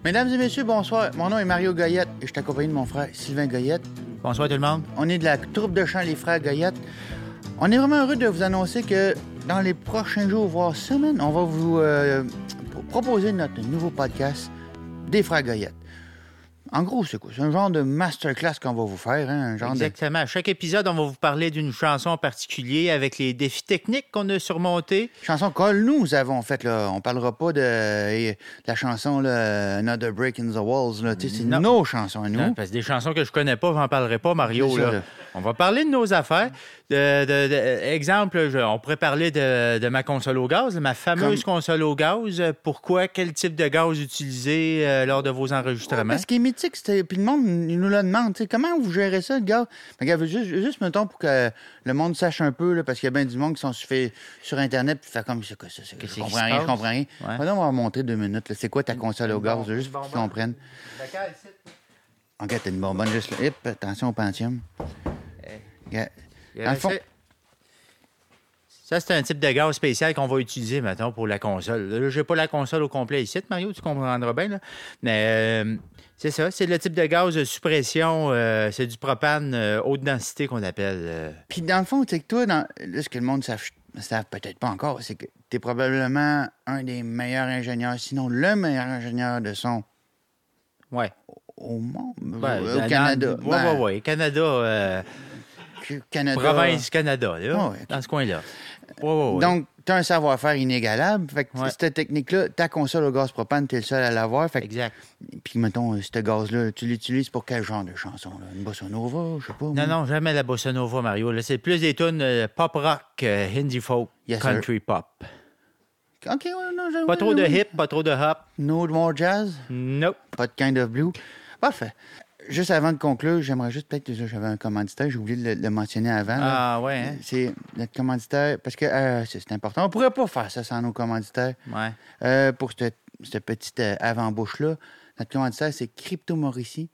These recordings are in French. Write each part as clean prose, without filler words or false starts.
Mesdames et messieurs, bonsoir. Mon nom est Mario Goyette et je suis accompagné de mon frère Sylvain Goyette. Bonsoir tout le monde. On est de la troupe de chant Les Frères Goyette. On est vraiment heureux de vous annoncer que dans les prochains jours, voire semaines, on va vous proposer notre nouveau podcast des Frères Goyette. En gros, c'est quoi? C'est un genre de masterclass qu'on va vous faire. Hein? Exactement. À chaque épisode, on va vous parler d'une chanson en particulier avec les défis techniques qu'on a surmontés. Chanson que nous avons faite. Là. On parlera pas de la chanson là, Another Break in the Walls. Là. C'est nos chansons à nous. Non, parce que des chansons que je connais pas, j'en parlerai pas, Mario. Ça, là. On va parler de nos affaires. Exemple, on pourrait parler de ma console au gaz, ma fameuse console au gaz. Pourquoi? Quel type de gaz utiliser lors de vos enregistrements? Ce qui est mythique, puis le monde il nous le demande. Comment vous gérez ça, le gaz? Regarde, juste mettons pour que le monde sache un peu, là, parce qu'il y a bien du monde qui sont sur Internet puis fait comme c'est quoi ça? Je comprends rien. Ouais. Maintenant, on va montrer 2 minutes. Là. C'est quoi ta console au gaz? Juste pour qu'ils comprennent. OK, t'as une bonbonne juste là. Hip, attention au Pentium. Dans le fond, ça, c'est un type de gaz spécial qu'on va utiliser, maintenant pour la console. Là, j'ai pas la console au complet ici, Mario, tu comprendras bien. Là. Mais c'est ça, c'est le type de gaz de suppression. C'est du propane haute densité qu'on appelle. Puis dans le fond, c'est que toi, là, ce que le monde ne savent peut-être pas encore, c'est que tu es probablement un des meilleurs ingénieurs, sinon le meilleur ingénieur de son au monde, au Canada. Oui, Canada. Province Canada, là, dans ce coin-là. Donc, tu as un savoir-faire inégalable. Fait que cette technique-là, ta console au gaz propane, tu es le seul à l'avoir. Fait que, exact. Puis, mettons, ce gaz-là, tu l'utilises pour quel genre de chanson? Là? Une bossa nova, je sais pas. Non, jamais la bossa nova, Mario. Là, c'est plus des tunes pop-rock, hindi folk, country pop. OK, non, pas trop de hip, pas trop de hop. No more jazz? Nope. Pas de kind of blue? Parfait. Juste avant de conclure, j'aimerais juste peut-être que j'avais un commanditaire, j'ai oublié de le mentionner avant. Ah, ouais. Hein? C'est notre commanditaire, parce que c'est important. On pourrait pas faire ça sans nos commanditaires. Ouais. Pour cette petite avant-bouche-là, notre commanditaire, c'est Crypto Mauricie.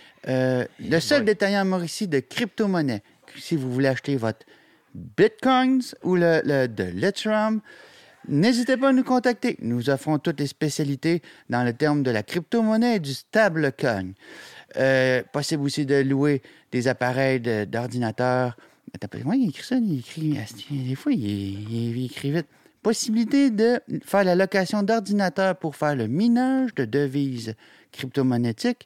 Le seul détaillant Mauricie de crypto-monnaie. Si vous voulez acheter votre Bitcoins ou de l'Ethereum, n'hésitez pas à nous contacter. Nous offrons toutes les spécialités dans le terme de la crypto-monnaie et du stablecoin. Possible aussi de louer des appareils d'ordinateur. Oui, il écrit ça, des fois, il écrit vite. Possibilité de faire la location d'ordinateur pour faire le minage de devises crypto-monétiques.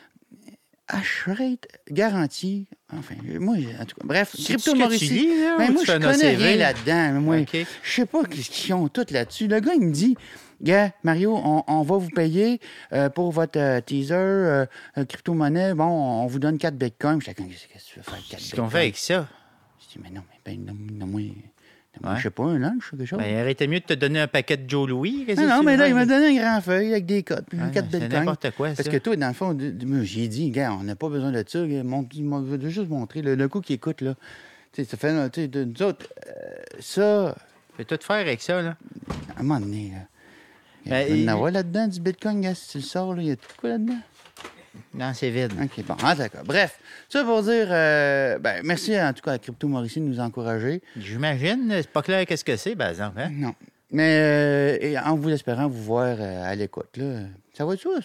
Hash rate garantie. Enfin, moi, en tout cas, bref, Crypto Mauricie. Moi, je connais rien là-dedans. Moi, je sais pas ce qu'ils ont tout là-dessus. Le gars, il me dit, gars, Mario, on va vous payer pour votre teaser crypto-monnaie. Bon, on vous donne 4 bitcoins. Je dis, qu'est-ce que tu veux faire avec 4 bitcoins? Qu'est-ce qu'on fait avec ça? Je dis, mais non, donne-moi, je sais pas, un lunch ou quelque chose. Ben, arrêtez mieux de te donner un paquet de Joe Louis. Non, mais là, il m'a donné un grand feuille avec des codes. 4 bitcoins. C'est n'importe quoi, ça. Parce que toi, dans le fond, j'ai dit, gars, on n'a pas besoin de ça. Il m'a juste montré le coup qui écoute, là. Tu sais, ça fait, tu sais, nous autres, ça. Fais tout faire avec ça, là. À un moment donné, là. Il y en a là-dedans du bitcoin, gars, si tu le sors, là, il y a tout quoi là-dedans? Non, c'est vide. OK, bon, d'accord. Bref, ça pour dire, merci en tout cas à Crypto Mauricie de nous encourager. J'imagine, c'est pas clair qu'est-ce que c'est, par exemple. Hein? Non. Mais et en vous espérant vous voir à l'écoute, là, ça va être ça,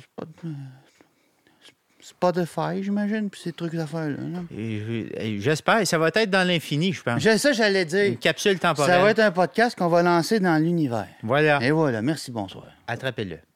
Spotify, j'imagine, puis ces trucs d'affaires-là. J'espère, ça va être dans l'infini, je pense. Ça, j'allais dire. Une capsule temporelle. Ça va être un podcast qu'on va lancer dans l'univers. Voilà. Et voilà, merci, bonsoir. Attrapez-le.